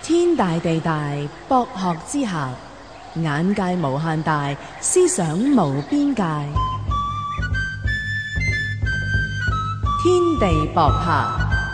天大地大，博學之下，眼界無限大，思想無邊界。天地博客。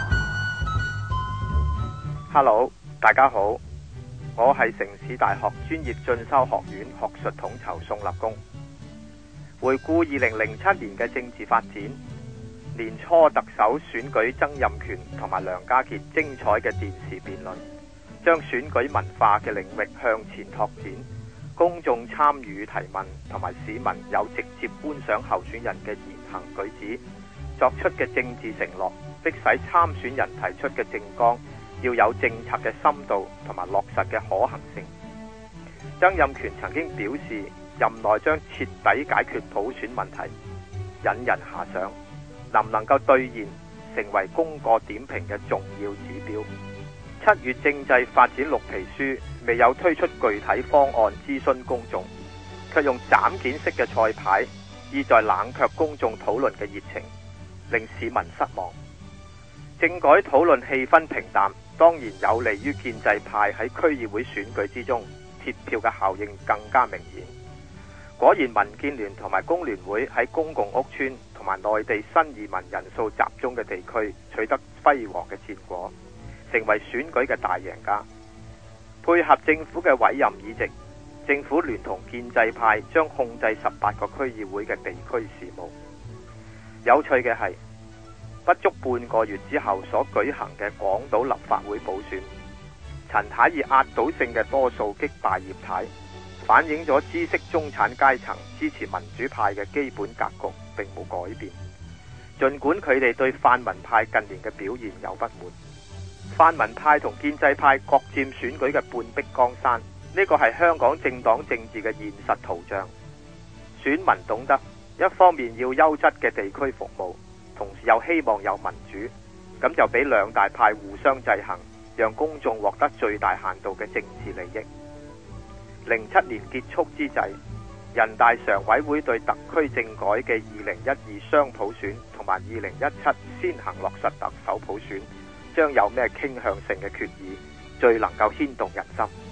Hello， 大家好，我係城市大學專業進修學院學術統籌宋立功。回顧2007年嘅政治發展，年初特首選舉曾蔭權同埋梁家傑精彩嘅電視辯論，將選舉文化嘅領域向前拓展，公眾參與提問同埋市民有直接觀賞候選人嘅言行舉止，作出嘅政治承諾，迫使參選人提出嘅政綱要有政策嘅深度同埋落實嘅可行性。曾蔭權曾經表示，任內將徹底解決普選問題，引人遐想，能唔能夠兌現，成為功過點評嘅重要指標。7月政制發展綠皮書未有推出具體方案諮詢公眾，卻用斬件式嘅賽牌，意在冷卻公眾討論嘅熱情，令市民失望。政改討論氣氛平淡，當然有利於建制派喺區議會選舉之中鐵票嘅效應更加明顯。果然民建聯同埋工聯會喺公共屋邨同埋內地新移民人數集中嘅地區取得輝煌嘅戰果，成為選舉嘅大贏家。配合政府嘅委任議席，政府聯同建制派將控制18個區議會嘅地區事務。有趣嘅係，不足半個月之後所舉行嘅港島立法會補選，陳太以壓倒性嘅多數擊敗葉太，反映咗知識中產階層支持民主派嘅基本格局並冇改變。儘管佢哋對泛民派近年嘅表現有不滿，泛民派同建制派各佔選舉嘅半壁江山，呢個係香港政黨政治嘅現實圖像。選民懂得一方面要優質嘅地區服務，同時又希望有民主，咁就俾兩大派互相制衡，讓公眾獲得最大限度嘅政治利益。07年結束之際，人大常委會對特區政改嘅2012雙普選同埋2017先行落實特首普選，將有咩傾向性嘅決議，最能夠牽動人心？